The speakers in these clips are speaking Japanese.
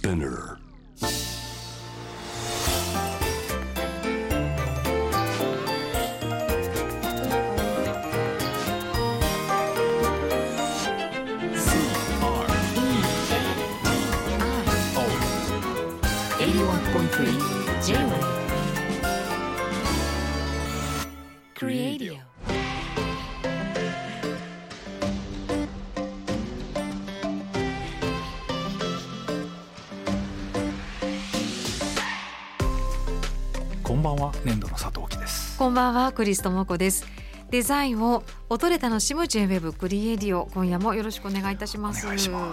Spinner. J-Wave Creadio。 こんばんは、年度の佐藤貴です。 こんばんは、クリス智子です。デザインを音で楽しむ J-Wave クリエイディオ、今夜もよろしくお願いいたします。 お願いします。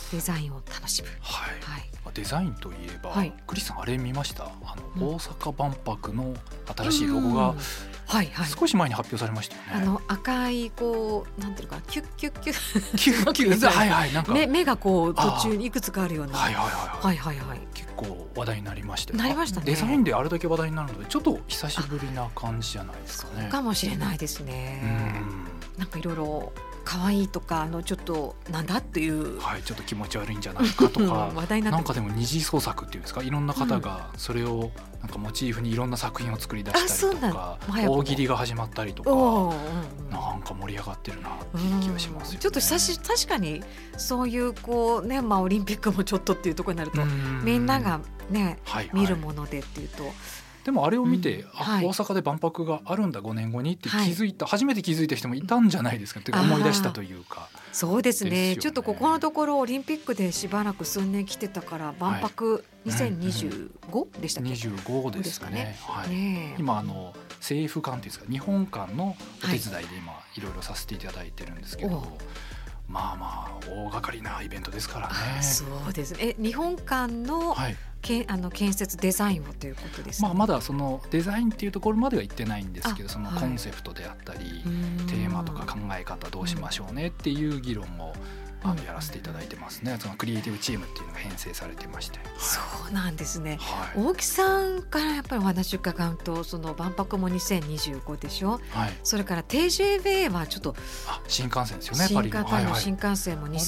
デザインを楽しむ、 はいはい、 デザインといえば、 はい、 クリスさんあれ見ました？大阪万博の新しいロゴが少し前に発表されましたよね。 赤いこうなんていうかキュッキュッキュッキュッキュッはいはい、なんか目がこう途中にいくつかあるような、 はいはいはいはい、 はいはいはい、 結構話題になりましたよ。 なりましたね。 デザインであれだけ話題になるのでちょっと久しぶりな感じじゃないですかね。 そうかもしれないですね。なんかいろいろ可愛いとかちょっとなんだっていう、 はい、ちょっと気持ち悪いんじゃないかとか話題になって、 なんかでも二次創作っていうんですか、いろんな方がそれをなんかモチーフにいろんな作品を作り出したりとか、大喜利が始まったりとか、なんか盛り上がってるなっていう気がしますよね。 ちょっと確かにそういうこうね、オリンピックもちょっとっていうところになるとみんながね、はいはい、見るものでっていうと、 でもあれを見て、はい、大阪で万博があるんだ5年後にって気づいた、はい、初めて気づいた人もいたんじゃないですかって思い出したというか。 そうですね、ちょっとここのところオリンピックでしばらく数年来てたから万博2025でしたっけ ？25ですかね。はい、ね、今政府間っていうんですか、日本間のお手伝いで今いろいろさせていただいてるんですけど、まあ大掛かりなイベントですからね。 そうですね。日本間の、はい、建設デザインをということですね。 まだそのデザインっていうところまでは行ってないんですけど、そのコンセプトであったり、テーマとか考え方どうしましょうねっていう議論をやらせていただいてますね。そのクリエイティブチームっていうのが編成されてまして、はい、 そうなんですね、 はい、 大木さんからやっぱりお話を伺うと、その万博も2025でしょ、はい、それから TJB はちょっと新幹線ですよね。パリの新幹線も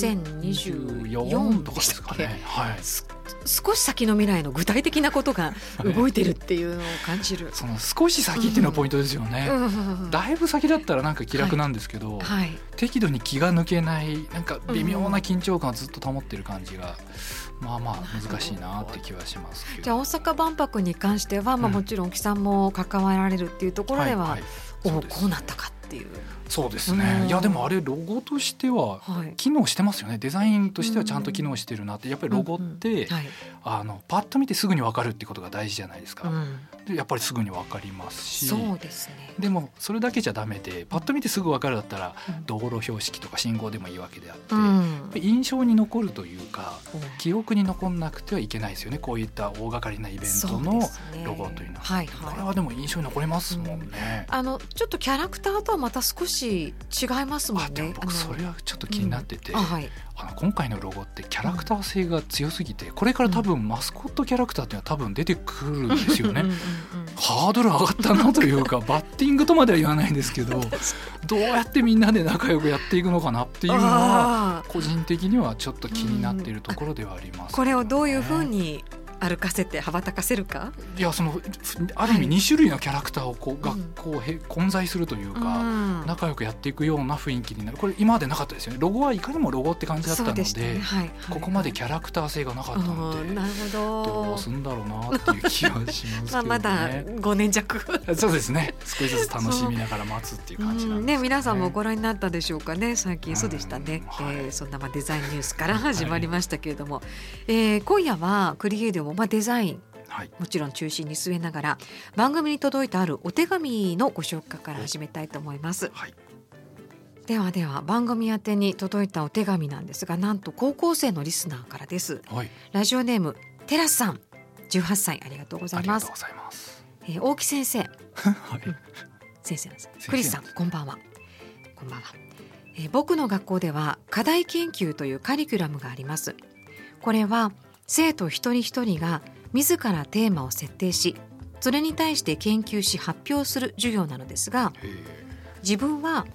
2024 とかですかね、はい、 少し先の未来の具体的なことが動いてるっていうのを感じる、 その少し先っていうのがポイントですよね、だいぶ先だったらなんか気楽なんですけど、はいはい、適度に気が抜けないなんか微妙な緊張感をずっと保ってる感じが、難しいなって気はしますけど。 じゃあ大阪万博に関しては、もちろん大木さんも関わられるっていうところでは、こうなったかっていう。 そうですね、いやでもあれロゴとしては機能してますよね、デザインとしてはちゃんと機能してるなって。やっぱりロゴって、パッと見てすぐに分かるっていうことが大事じゃないですか、でやっぱりすぐに分かりますし、 そうですね、 でもそれだけじゃダメで、パッと見てすぐ分かるだったら道路標識とか信号でもいいわけであって、印象に残るというか、記憶に残んなくてはいけないですよね、こういった大掛かりなイベントのロゴというのは、これはでも印象に残りますもんね。 ちょっとキャラクターとはまた少し違いますもんね。 でも僕それはちょっと気になってて、今回のロゴってキャラクター性が強すぎて、これから多分マスコットキャラクターっていうのは多分出てくるんですよね。ハードル上がったなというかバッティングとまでは言わないんですけどどうやってみんなで仲良くやっていくのかなっていうのは個人的にはちょっと気になっているところではあります、ね、 これをどういうふうに歩かせて羽ばたかせるか。 いや、ある意味2種類のキャラクターを混在するというか、仲良くやっていくような雰囲気になる。これ今までなかったですよね。ロゴはいかにもロゴって感じだったの で、ここまでキャラクター性がなかったので、 なるほど、 どうすんだろうなっていう気はしますけどね。 まだ5年弱そうですね、少しずつ楽しみながら待つっていう感じなんですね。 皆さんもご覧になったでしょうかね。最近そうでしたね、そんなデザインニュースから始まりましたけれども、今夜はクリエイティブもデザイン、もちろん中心に据えながら番組に届いたあるお手紙のご紹介から始めたいと思います、では番組宛てに届いたお手紙なんですが、なんと高校生のリスナーからです、ラジオネームテラスさん、18歳、ありがとうございます。大木先生先生クリスさん、こんばんは。こんばんは。僕の学校では課題研究というカリキュラムがあります。これは生徒一人一人が自らテーマを設定し、それに対して研究し発表する授業なのですが、自分は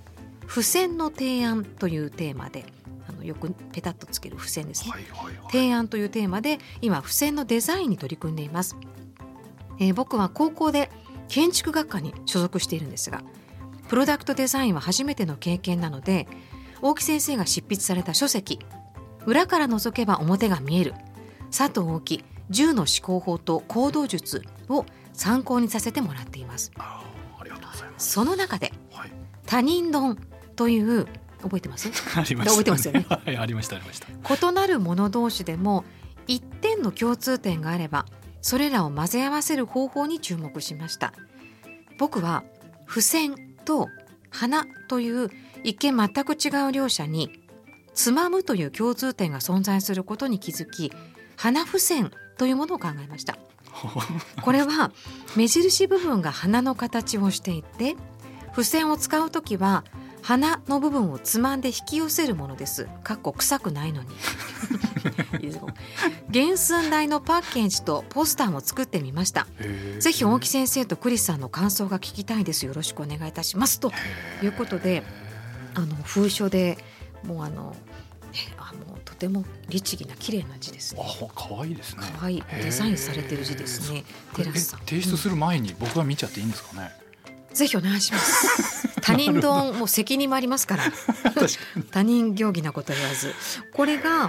付箋の提案というテーマで、よくペタッとつける付箋ですね、提案というテーマで今付箋のデザインに取り組んでいます。僕は高校で建築学科に所属しているんですが、プロダクトデザインは初めての経験なので、大木先生が執筆された書籍裏から覗けば表が見える佐藤大木10の思考法と行動術を参考にさせてもらっています。 ありがとうございます。 その中で、他人論という覚えてます？ ありましたね。 覚えてますよね。 はい、ありました。 異なる者同士でも一点の共通点があればそれらを混ぜ合わせる方法に注目しました。僕は付箋と花という一見全く違う両者につまむという共通点が存在することに気づき、花付箋というものを考えました。これは目印部分が花の形をしていて、付箋を使うときは花の部分をつまんで引き寄せるものです。かっこ臭くないのに原寸大のパッケージとポスターも作ってみました。ぜひ大木先生とクリスさんの感想が聞きたいです。よろしくお願いいたしますということで、封書でもうとても律儀な綺麗な字ですね。 かわいいですね。 かわいいデザインされてる字ですね。テラスさん、 提出する前に僕が見ちゃっていいんですかね？ ぜひお願いします他人丼も責任もありますから他人行儀なこと言わず、これが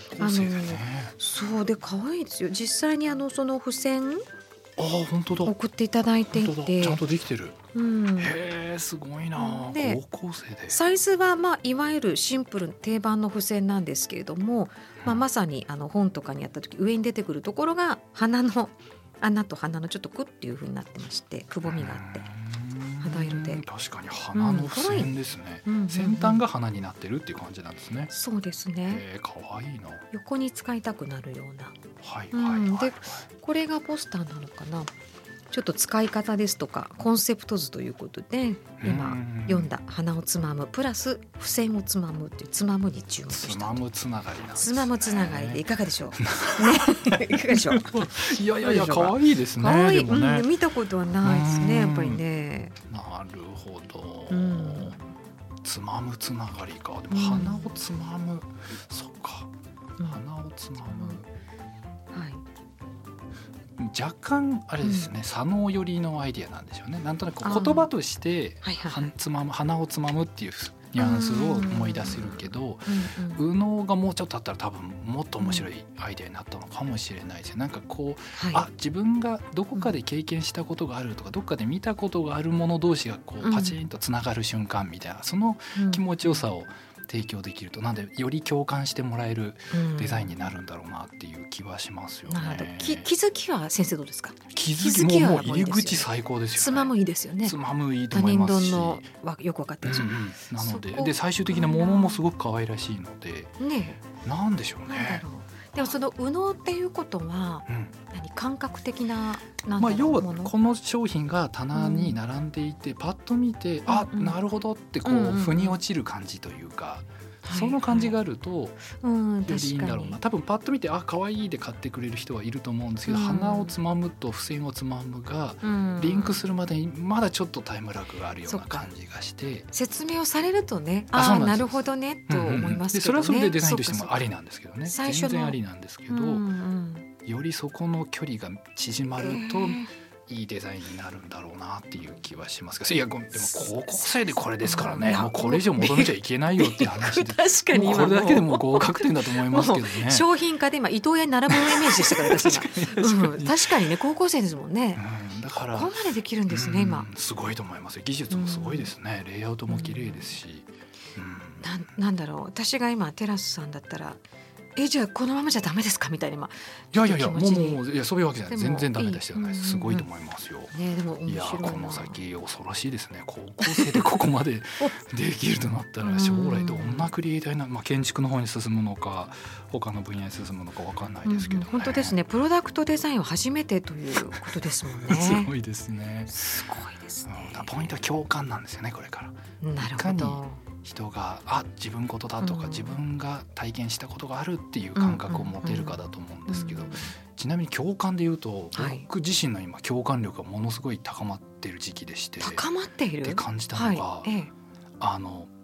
そうで可愛いですよ。実際にその付箋本当だ、 送っていただいていてちゃんとできてる。すごいな。 で高校生でサイズはいわゆるシンプル定番の付箋なんですけれども、まさに本とかにあった時上に出てくるところが花の穴と花のちょっとクッっていう風になってまして、くぼみがあって肌色で、 確かに花の付箋ですね。先端が花になってるっていう感じなんですね。 そうですね。 かわいいな。 横に使いたくなるような。でこれがポスターなのかな。ちょっと使い方ですとかコンセプト図ということで、今読んだ花をつまむプラス付箋をつまむっていうつまむに注目した。 つまむつながりなんですね。 つまむつながりでいかがでしょう、ね、いかがでしょういや可愛いですね。 可愛い、 でもね、 見たことはないですね、やっぱりね。 なるほど、つまむつながりか。でも花をつまむ、そっか、花をつまむ、はい、若干あれですね、左脳寄りのアイディアなんでしょうね。なんとなく言葉として鼻をつまむっていうニュアンスを思い出せるけど、右脳がもうちょっとあったら多分もっと面白いアイデアになったのかもしれないですよ。なんかこう、自分がどこかで経験したことがあるとか、どっかで見たことがあるもの同士がこうパチンとつながる瞬間みたいな、その気持ちよさを提供できると、なんでより共感してもらえるデザインになるんだろうなっていう気はしますよね。 気づきは先生どうですか？ 気づきもう入り口最高ですよね。 つまむいいですよね。 つまむいいと思いますし、 他人丼のはよく分かってるでしょ、 なので最終的なものもすごく可愛らしいので、なんでしょうね。 でもその右脳っていうことは、感覚的な要はこの商品が棚に並んでいて、パッと見てなるほどってこう腑に落ちる感じというか、その感じがあるとよりいいんだろうな。多分パッと見て可愛いで買ってくれる人はいると思うんですけど、花をつまむと付箋をつまむがリンクするまでにまだちょっとタイムラグがあるような感じがして、 説明をされるとね、なるほどねと思いますけどね。 それはそれでデザインとしてもありなんですけどね、全然ありなんですけど、よりそこの距離が縮まるといいデザインになるんだろうなっていう気はしますけど、いやでも高校生でこれですからね、もうこれ以上求めちゃいけないよっていう話で確かにこれだけでも合格点だと思いますけどね。 商品化で今伊東屋に並ぶイメージでしたから私確かにね、高校生ですもんね、だからここまでできるんですね、今すごいと思いますよ。技術もすごいですね、レイアウトも綺麗ですし、 なんだろう、私が今テラスさんだったらじゃあこのままじゃダメですかみたいな、 もうそういうわけじゃない、全然ダメでしたよね、すごいと思いますよ。 でもいやこの先恐ろしいですね。高校生でここまでできるとなったら将来どんなクリエイターな、建築の方に進むのか他の分野に進むのか分かんないですけど、 本当ですね。プロダクトデザインは初めてということですもんね。 すごいですね。 すごいですね。 ポイントは共感なんですよね、これから。 なるほど。 人が自分事だとか、自分が体験したことがあるっていう感覚を持てるかだと思うんですけど、ちなみに共感でいうと、僕自身の今共感力がものすごい高まっている時期でして、 高まっているって感じたのが、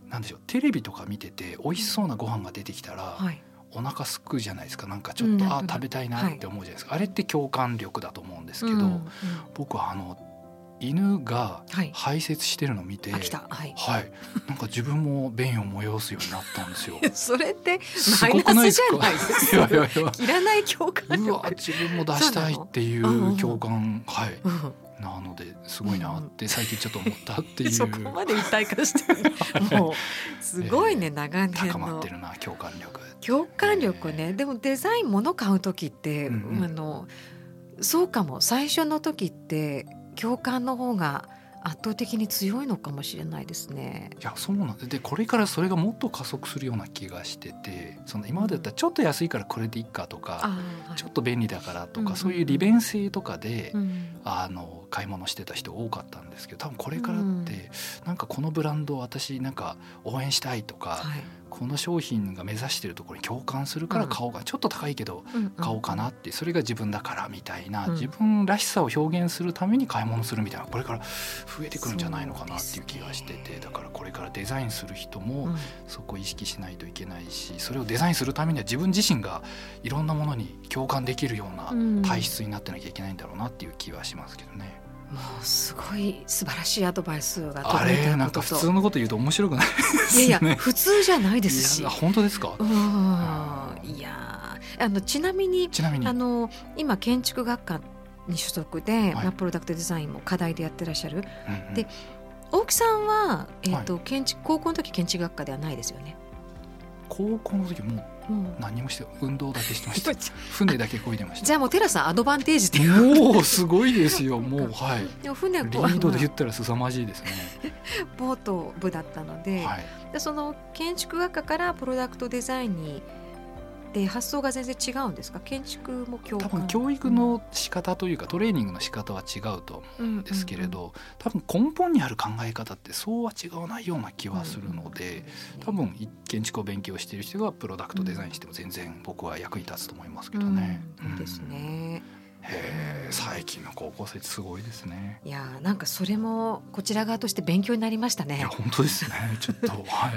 なんでしょう、テレビとか見てて美味しそうなご飯が出てきたら、はい、お腹すくじゃないですか。なんかちょっと、食べたいなって思うじゃないですか、はい、あれって共感力だと思うんですけど、僕は犬が排泄してるのを見て、はいはい、なんか自分も便を催すようになったんですよそれってマイナスじゃないですか。いらない共感力。 うわ、自分も出したいっていう共感、はい、なのですごいなって最近ちょっと思ったっていう、 そこまで一体化してるもうすごいね、長年の高まってるな、共感力。 共感力ね。でもデザイン物買う時って、そうかも、最初の時って共感の方が圧倒的に強いのかもしれないですね。 いや、そうなんで、これからそれがもっと加速するような気がしてて、その今までだったらちょっと安いからこれでいいかとか、ちょっと便利だからとか、そういう利便性とかで、買い物してた人多かったんですけど、多分これからってなんかこのブランドを私なんか応援したいとか、この商品が目指しているところに共感するから買おうか、ちょっと高いけど買おうかなって、それが自分だからみたいな、自分らしさを表現するために買い物するみたいな、これから増えてくるんじゃないのかなっていう気がしてて、だからこれからデザインする人もそこを意識しないといけないし、それをデザインするためには自分自身がいろんなものに共感できるような体質になってなきゃいけないんだろうなっていう気はしますけどね。 もうすごい素晴らしいアドバイスが届いたことと、 あれなんか普通のこと言うと面白くないですね。 いや普通じゃないですし。 いや本当ですか。 いやちなみに今建築学科に所属で、プロダクトデザインも課題でやってらっしゃる、で大木さんは、高校の時建築学科ではないですよね。 高校の時も何もして運動だけしてました船だけ漕いでました。 じゃあもうテラさんアドバンテージっていうもうすごいですよもう、はい、 でも船リードで言ったら凄まじいですねボート部だったので、でその建築学科からプロダクトデザインにで発想が全然違うんですか。建築も共感、 多分教育の仕方というか、トレーニングの仕方は違うと思うんですけれど、多分根本にある考え方ってそうは違わないような気はするので、多分建築を勉強している人がプロダクトデザインしても全然僕は役に立つと思いますけどね。 そうですね。 最近の高校生ってすごいですね。 いやなんかそれもこちら側として勉強になりましたね。 いや本当ですねちょっと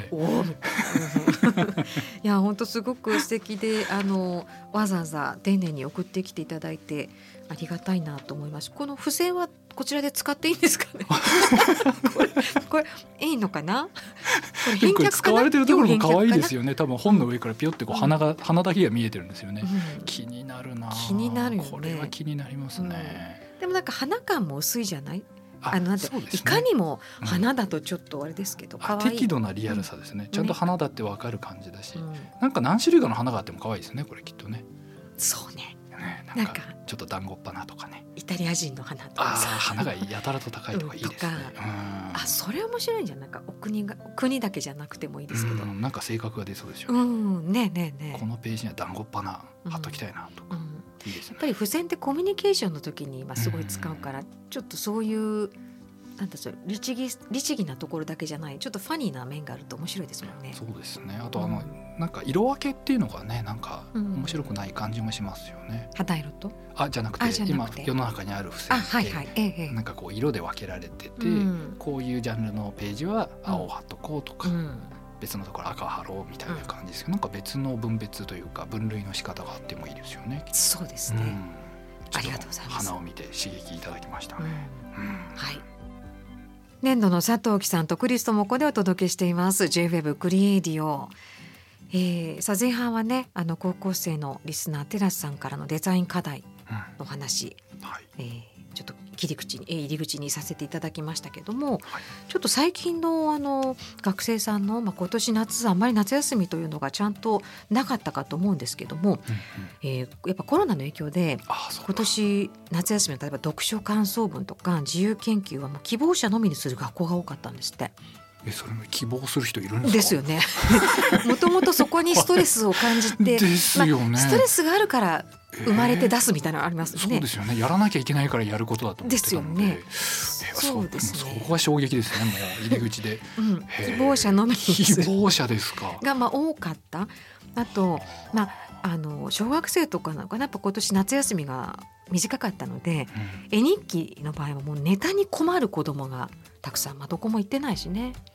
いや本当すごく素敵でわざわざ丁寧に送ってきていただいてありがたいなと思います。この付箋はこちらで使っていいんですかねこれいいのかな。 これ使われてるところも可愛いですよね。多分本の上からピヨってこう鼻だけが見えてるんですよね。気になるな。 気になるよね。 これは気になりますね。 でもなんか花感も薄いじゃない。なんていかにも花だとちょっとあれですけど、可愛い適度なリアルさですね。ちゃんと花だって分かる感じだし、なんか何種類かの花があっても可愛いですねこれきっとね。 そうね。 なんかちょっと団子っ花とかね、 イタリア人の花とかさ、 花がやたらと高いとかいいですね。 それ面白いんじゃないか。国だけじゃなくてもいいですけど、 なんか性格が出そうですよね。このページには団子っ花貼っときたいなとか、いいですね。 やっぱり付箋ってコミュニケーションの時にすごい使うから、ちょっとそういうなんだそれ律儀なところだけじゃない、ちょっとファニーな面があると面白いですもんね。 そうですね。あとなんか色分けっていうのがね、なんか面白くない感じもしますよね。 肌色とじゃなくて今世の中にある付箋ってなんかこう色で分けられてて、こういうジャンルのページは青を貼っとこうとか、別のところ赤貼ろうみたいな感じですけど、なんか別の分別というか分類の仕方があってもいいですよね。 そうですね。ありがとうございます。 花を見て刺激いただきましたね。 はい。年度の佐藤貴さんとクリストモコでお届けしています J-Web クリエイディオ。前半はね高校生のリスナーテラスさんからのデザイン課題の話、ちょっと入り口にさせていただきましたけども、ちょっと最近の学生さんの、今年あんまり夏休みというのがちゃんとなかったかと思うんですけども、やっぱコロナの影響で今年夏休みの例えば読書感想文とか自由研究はもう希望者のみにする学校が多かったんですって。 それも希望する人いるんですか。 ですよねもともとそこにストレスを感じてですよね、 ストレスがあるから生まれて出すみたいなのありますね。 そうですよね。やらなきゃいけないからやることだと思ってたので。 ですよね。そうですね。 そこが衝撃ですね。もう入り口で、 希望者のみに希望者ですかが多かった。あと小学生とかなのかな、やっぱ今年夏休みが短かったので、絵日記の場合はもうネタに困る子供がたくさん、どこも行ってないしね。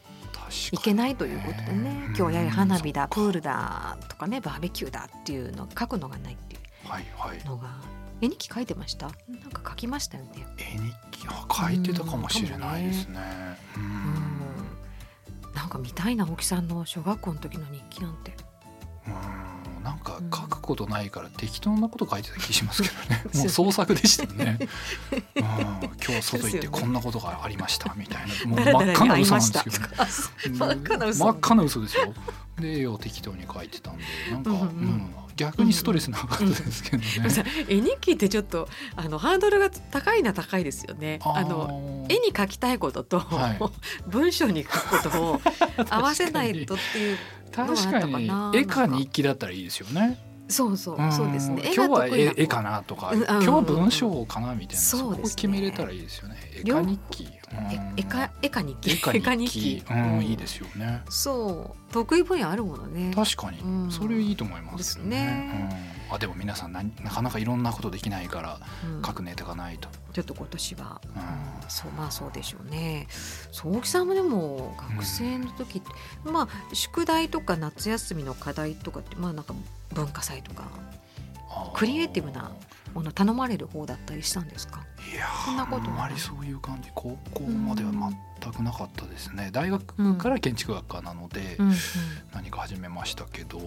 いけないということでね、今日はやはり花火だ、プールだとかね、バーベキューだっていうの書くのがないっていうのが、絵日記書いてました？なんか書きましたよね。 絵日記は書いてたかもしれないですね。 なんか見たいな、大木さんの小学校の時の日記なんて。 なんか書くことないから適当なこと書いてた気しますけどね。もう創作でしたね。今日外行ってこんなことがありましたみたいな、もう真っ赤な嘘なんですけどね。真っ赤な嘘ですよ。で絵を適当に書いてたんで、なんか、逆にストレスなかったですけどね。 絵日記ってちょっとハードルが高いですよね。絵に描きたいことと、文章に書くことを合わせないとっていうのはあったかな。 確かに絵か日記だったらいいですよね。 そうですね。 今日は絵かなとか、今日は文章かなみたいな、そこを決めれたらいいですよね。絵か日記、 絵か日記、 いいですよね。 そう得意分野あるものね。 確かに、それいいと思いますね。でも皆さんなかなかいろんなことできないから書くネタがないと、 ちょっと今年は、そうでしょうね。大木さんもでも学生の時って、宿題とか夏休みの課題とかって、なんか文化祭とかクリエイティブなもの頼まれる方だったりしたんですか？ いや、そんなことあんまりそういう感じ、高校までは全くなかったですね。大学から建築学科なので何か始めましたけど、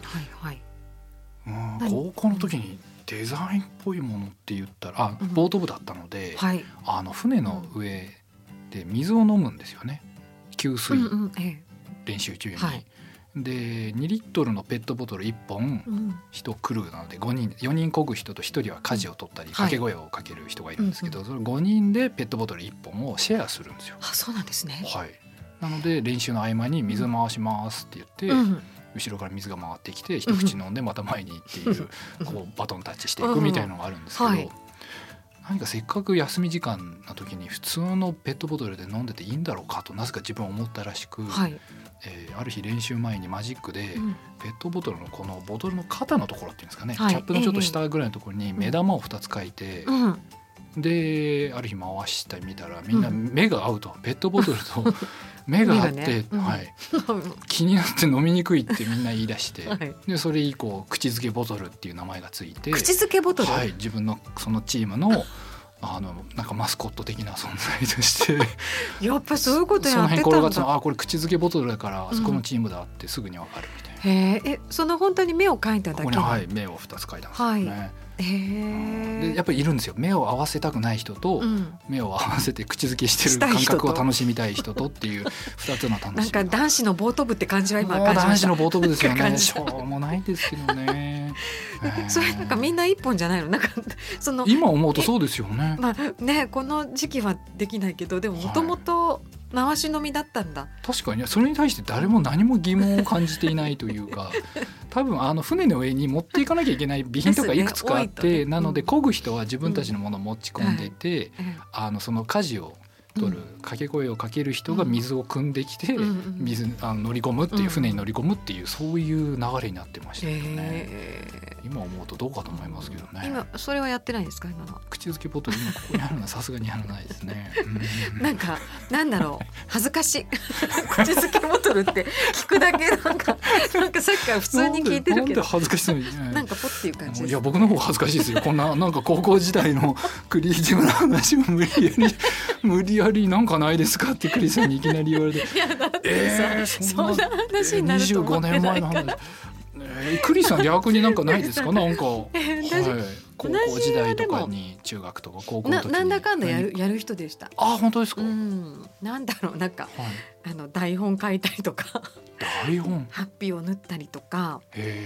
高校の時にデザインっぽいものって言ったら、ボート部だったので、船の上で水を飲むんですよね、給水、練習中に。で2リットルのペットボトル1本、1クルーなので4人漕ぐ人と1人は舵を取ったり掛け声をかける人がいるんですけど、それ5人でペットボトル1本をシェアするんですよ。 そうなんですね。 なので練習の合間に水回しますって言って、後ろから水が回ってきて一口飲んでまた前にっていうこうバトンタッチしていくみたいなのがあるんですけど、何かせっかく休み時間の時に普通のペットボトルで飲んでていいんだろうかとなぜか自分は思ったらしく、ある日練習前にマジックでペットボトルのこのボトルの肩のところっていうんですかね、キャップのちょっと下ぐらいのところに目玉を2つ描いて、である日回してみたらみんな目が合うと、ペットボトルと目が合って、気になって飲みにくいってみんな言い出して、でそれ以降口づけボトルっていう名前がついて、 口づけボトル、 自分のそのチームのなんかマスコット的な存在としてやっぱそういうことやってたんだ。 その辺転がって、これ口づけボトルだからあそこのチームだってすぐに分かるみたいな。 その本当に目を描いただけ？ ここに、目を2つ描いたんですよね。でやっぱりいるんですよ。目を合わせたくない人と、目を合わせて口づけしてる感覚を楽しみたい人とっていう2つの楽しみ。 なんか男子のボート部って感じは今感じました。 男子のボート部ですよね。しょうもないですけどね。 それなんかみんな一本じゃないの？なんか今思うとそうですよね。 この時期はできないけど、でももともと回し飲みだったんだ。 確かにそれに対して誰も何も疑問を感じていないというか多分船の上に持っていかなきゃいけない備品とかいくつかあって、なので漕ぐ人は自分たちのものを持ち込んでて、その舵を取る掛け声をかける人が水を汲んできて、水乗り込むっていう、船に乗り込むっていう、そういう流れになってましたけどね。今思うとどうかと思いますけどね。 今それはやってないんですか？今の口づけボトル今ここにあるのはさすがにやらないですね。 なんだろう、恥ずかしい口づけボトルって聞くだけなんかさっきから普通に聞いてるけど、 なんで恥ずかしそうに、 なんかポッていう感じです。 いや僕の方恥ずかしいですよ。こんななんか高校時代のクリエイティブな話を無理やりなんかないですかってクリスさんにいきなり言われて、 いやだってさ、そんな話になると思ってないから。25年前の話。クリスさん逆になんかないですか？なんか、高校時代とかに中学とか高校の時になんだかんだやる人でした。 本当ですか？ なんだろう、なんか、台本書いたりとか台本ハッピーを縫ったりとか、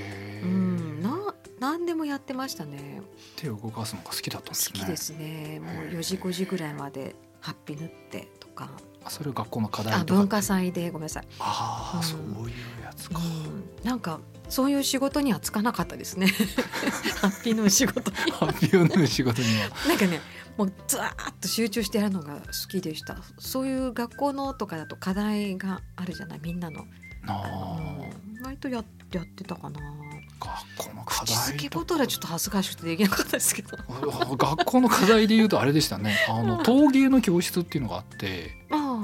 何でもやってましたね。 手を動かすのが好きだったんですね。 好きですね。もう4時5時ぐらいまでハッピー縫ってとか。 それを学校の課題とか。 文化祭でごめんなさい。 そういうやつか。 なんかそういう仕事にはつかなかったですね。ハッピーの仕事にハッピーの仕事にはなんかね、もうザーッと集中してやるのが好きでした。そういう学校のとかだと課題があるじゃない、みんなの。割とやってたかな。 学校の課題口づけボトルはちょっと恥ずかしくてできなかったですけど。 学校の課題でいうとあれでしたね。陶芸の教室っていうのがあって、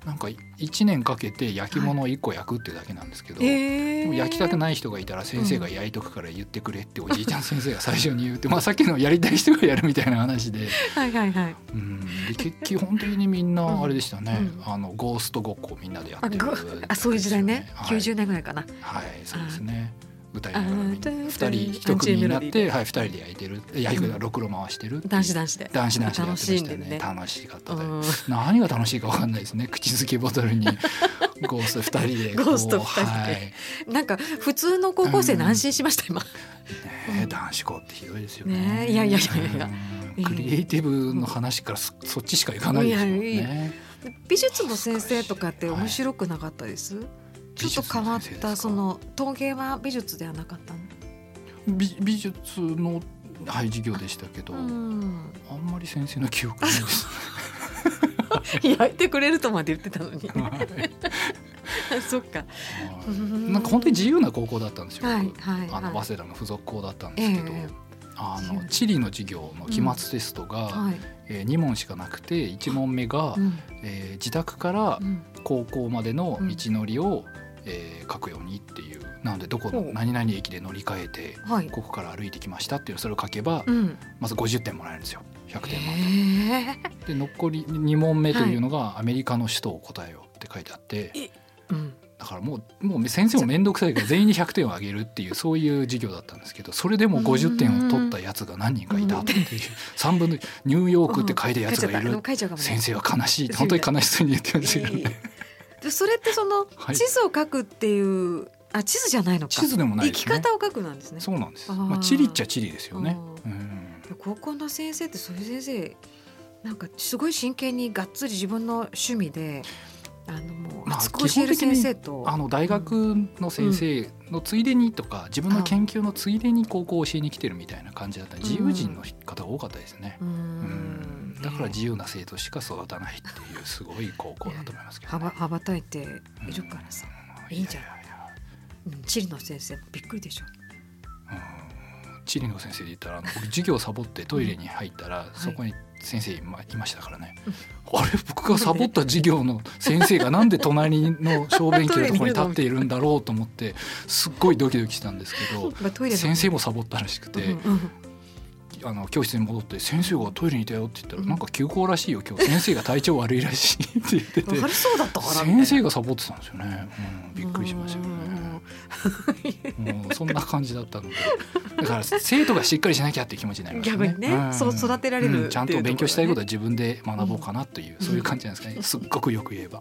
なんか1年かけて焼き物を1個焼くっていうだけなんですけど、でも焼きたくない人がいたら先生が焼いとくから言ってくれっておじいちゃん先生が最初に言って、さっきのやりたい人がやるみたいな話ではいはいはい、 で基本的にみんなあれでしたね、ゴーストごっこをみんなでやってる、 そういう時代ね、90年ぐらいかな。 はい、そうですね。歌いながら2人1組になって、2人で焼いてる、ろくろ回してる、 男子でやってましたね。楽しかったで、何が楽しいか分かんないですね。口づけボトルにゴースト2人でゴースト2人で、なんか普通の高校生の安心しました今、 男子校ってひどいですよね。 いやクリエイティブの話からそっちしかいかないですよね。 美術の先生とかって面白くなかったです？ちょっと変わったその陶芸は美術ではなかったの？ 美術の、授業でしたけど、あんまり先生の記憶ないです焼いてくれるとまで言ってたのにそっか、 なんか本当に自由な高校だったんですよ、早稲田の付属校だったんですけど、地理の授業の期末テストが、2問しかなくて1問目が、自宅から高校までの道のりを書くようにっていう、なのでどこの何々駅で乗り換えて、ここから歩いてきましたっていう、それを書けば、まず50点もらえるんですよ、100点満点で、残り2問目というのがアメリカの首都を答えようって書いてあって、だからもう先生も面倒くさいから全員に100点をあげるっていう、そういう授業だったんですけど、それでも50点を取ったやつが何人かいたっていう、3分のニューヨークって書いたやつがいる、先生は悲しいって本当に悲しそうに言ってましたけどね。 それってその地図を書くっていう、地図じゃないのか、 地図でもないですね、 生き方を書くなんですね。 そうなんです。地理っちゃ地理ですよね。 高校の先生ってそういう先生なんかすごい真剣にがっつり自分の趣味でもう熱く教える先生と、 大学の先生のついでにとか、自分の研究のついでに高校を教えに来てるみたいな感じだった、自由人の方が多かったですね。だから自由な生徒しか育たないっていうすごい高校だと思いますけど、ね、 羽ばたいているからさ、いいんじゃない。地理の先生もびっくりでしょ。 地理の先生で言ったら、僕授業サボってトイレに入ったら、そこに先生いましたからね、あれ僕がサボった授業の先生がなんで隣の小便器のところに立っているんだろうと思ってすっごいドキドキしたんですけど先生もサボったらしくて、教室に戻って先生がトイレにいたよって言ったら、なんか休校らしいよ今日、先生が体調悪いらしいって言っててそうだったから先生がサボってたんですよね。びっくりしましたよね。もうそんな感じだったので、だから生徒がしっかりしなきゃっていう気持ちになりましたね。 逆にね、そう育てられる、 ちゃんと勉強したいことは自分で学ぼうかなという、そういう感じなんですかね。すっごくよく言えば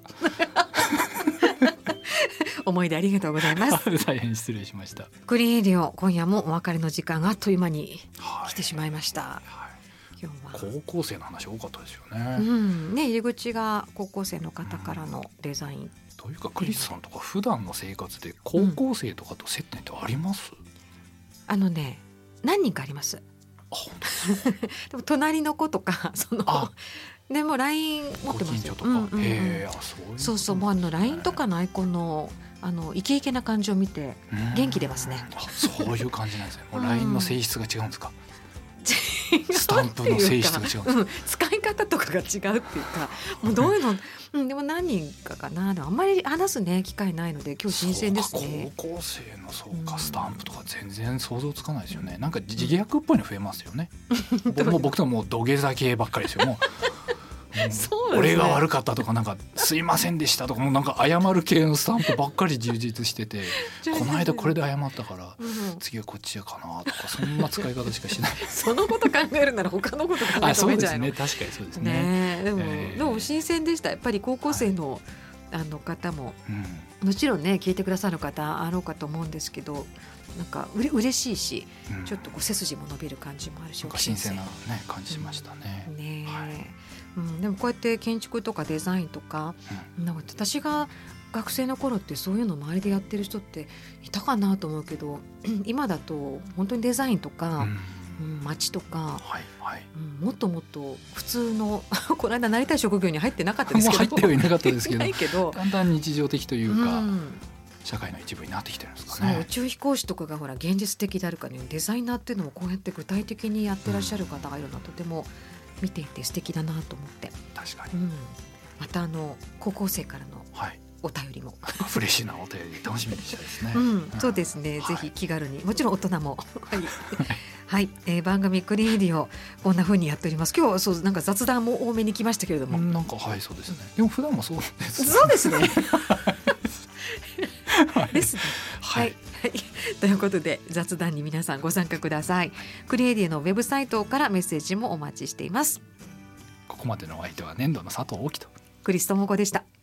思い出ありがとうございます大変失礼しました。 クリエイディオ、今夜もお別れの時間があっという間に来てしまいました、今日は高校生の話多かったですよね。 入り口が高校生の方からのデザイン、 というかクリスさんとか普段の生活で高校生とかと接点ってあります？ 何人かあります。でも隣の子とかでも LINE 持ってますよ。そう、もうLINE とかのアイコンのイケイケな感じを見て元気出ますね。 そういう感じなんですね。もう LINE の性質が違うんですか？スタンプの性質が違うんですか？ 使い方とかが違うっていうか、もうどういうの、でも何人かかな。あんまり話すね機会ないので今日新鮮ですね。 高校生のスタンプとか全然想像つかないですよね。なんか自虐っぽいの増えますよね。僕ともう土下座系ばっかりですよ。もう俺が悪かったとか、なんかすいませんでしたとか、もうなんか謝る系のスタンプばっかり充実しててこの間これで謝ったから次はこっちやかなとか、そんな使い方しかしないそのこと考えるなら他のこと考えた方がいいんじゃないの？ そうですね、確かにそうですね。 でも新鮮でした。やっぱり高校生の方ももちろんね聞いてくださる方あろうかと思うんですけど、なんか嬉しいし、ちょっと背筋も伸びる感じもあるし、 新鮮な、感じしましたね。 でもこうやって建築とかデザインとか、なんか私が学生の頃ってそういうの周りでやってる人っていたかなと思うけど、今だと本当にデザインとか、街とか、もっともっと普通のこの間なりたい職業に入ってなかったですけど入ってはいなかったですけどだんだん日常的というか、社会の一部になってきてるんですかね。 宇宙飛行士とかがほら現実的であるかに、デザイナーっていうのもこうやって具体的にやってらっしゃる方がいるのはとても見ていて素敵だなと思って。 確かに、 また高校生からのお便りも、 フレッシュなお便り楽しみにしたいですね。 そうですね、ぜひ気軽に、もちろん大人もはい、番組クリエイディをこんな風にやっております。今日はそうなんか雑談も多めに来ましたけれども、 なんかはいそうですね。でも普段もそうです。 そうですね。ですね。はい。ということで雑談に皆さんご参加ください。クリエイディのウェブサイトからメッセージもお待ちしています。 ここまでのお相手は粘土の佐藤大樹とクリストモコでした。